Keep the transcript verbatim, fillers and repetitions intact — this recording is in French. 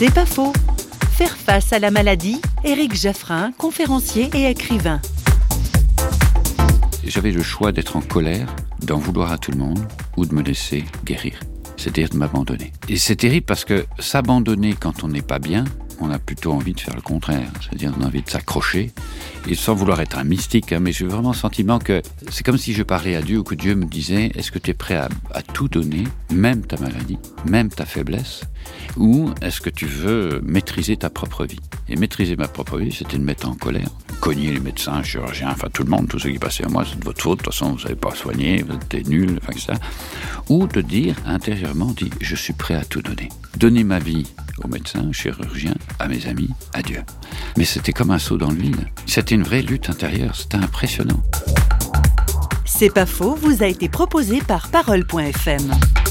C'est pas faux. Faire face à la maladie, Éric Jaffrin, conférencier et écrivain. J'avais le choix d'être en colère, d'en vouloir à tout le monde ou de me laisser guérir. C'est-à-dire de m'abandonner. Et c'est terrible parce que s'abandonner quand on n'est pas bien, on a plutôt envie de faire le contraire. C'est-à-dire on a envie de s'accrocher. Et sans vouloir être un mystique, hein, mais j'ai vraiment le sentiment que c'est comme si je parlais à Dieu ou que Dieu me disait « Est-ce que tu es prêt à, à tout donner, même ta maladie, même ta faiblesse, ou est-ce que tu veux maîtriser ta propre vie ?» Et maîtriser ma propre vie, c'était de me mettre en colère. Cogner les médecins, les chirurgiens, enfin tout le monde, tous ceux qui passaient à moi, c'est de votre faute, de toute façon vous ne savez pas soigner, vous êtes nuls, enfin et cetera. Ou de dire intérieurement, dit, je suis prêt à tout donner. Donner ma vie aux médecins, aux chirurgiens, à mes amis, à Dieu. Mais c'était comme un saut dans le vide. C'était une vraie lutte intérieure, c'était impressionnant. C'est pas faux, vous a été proposé par parole point f m.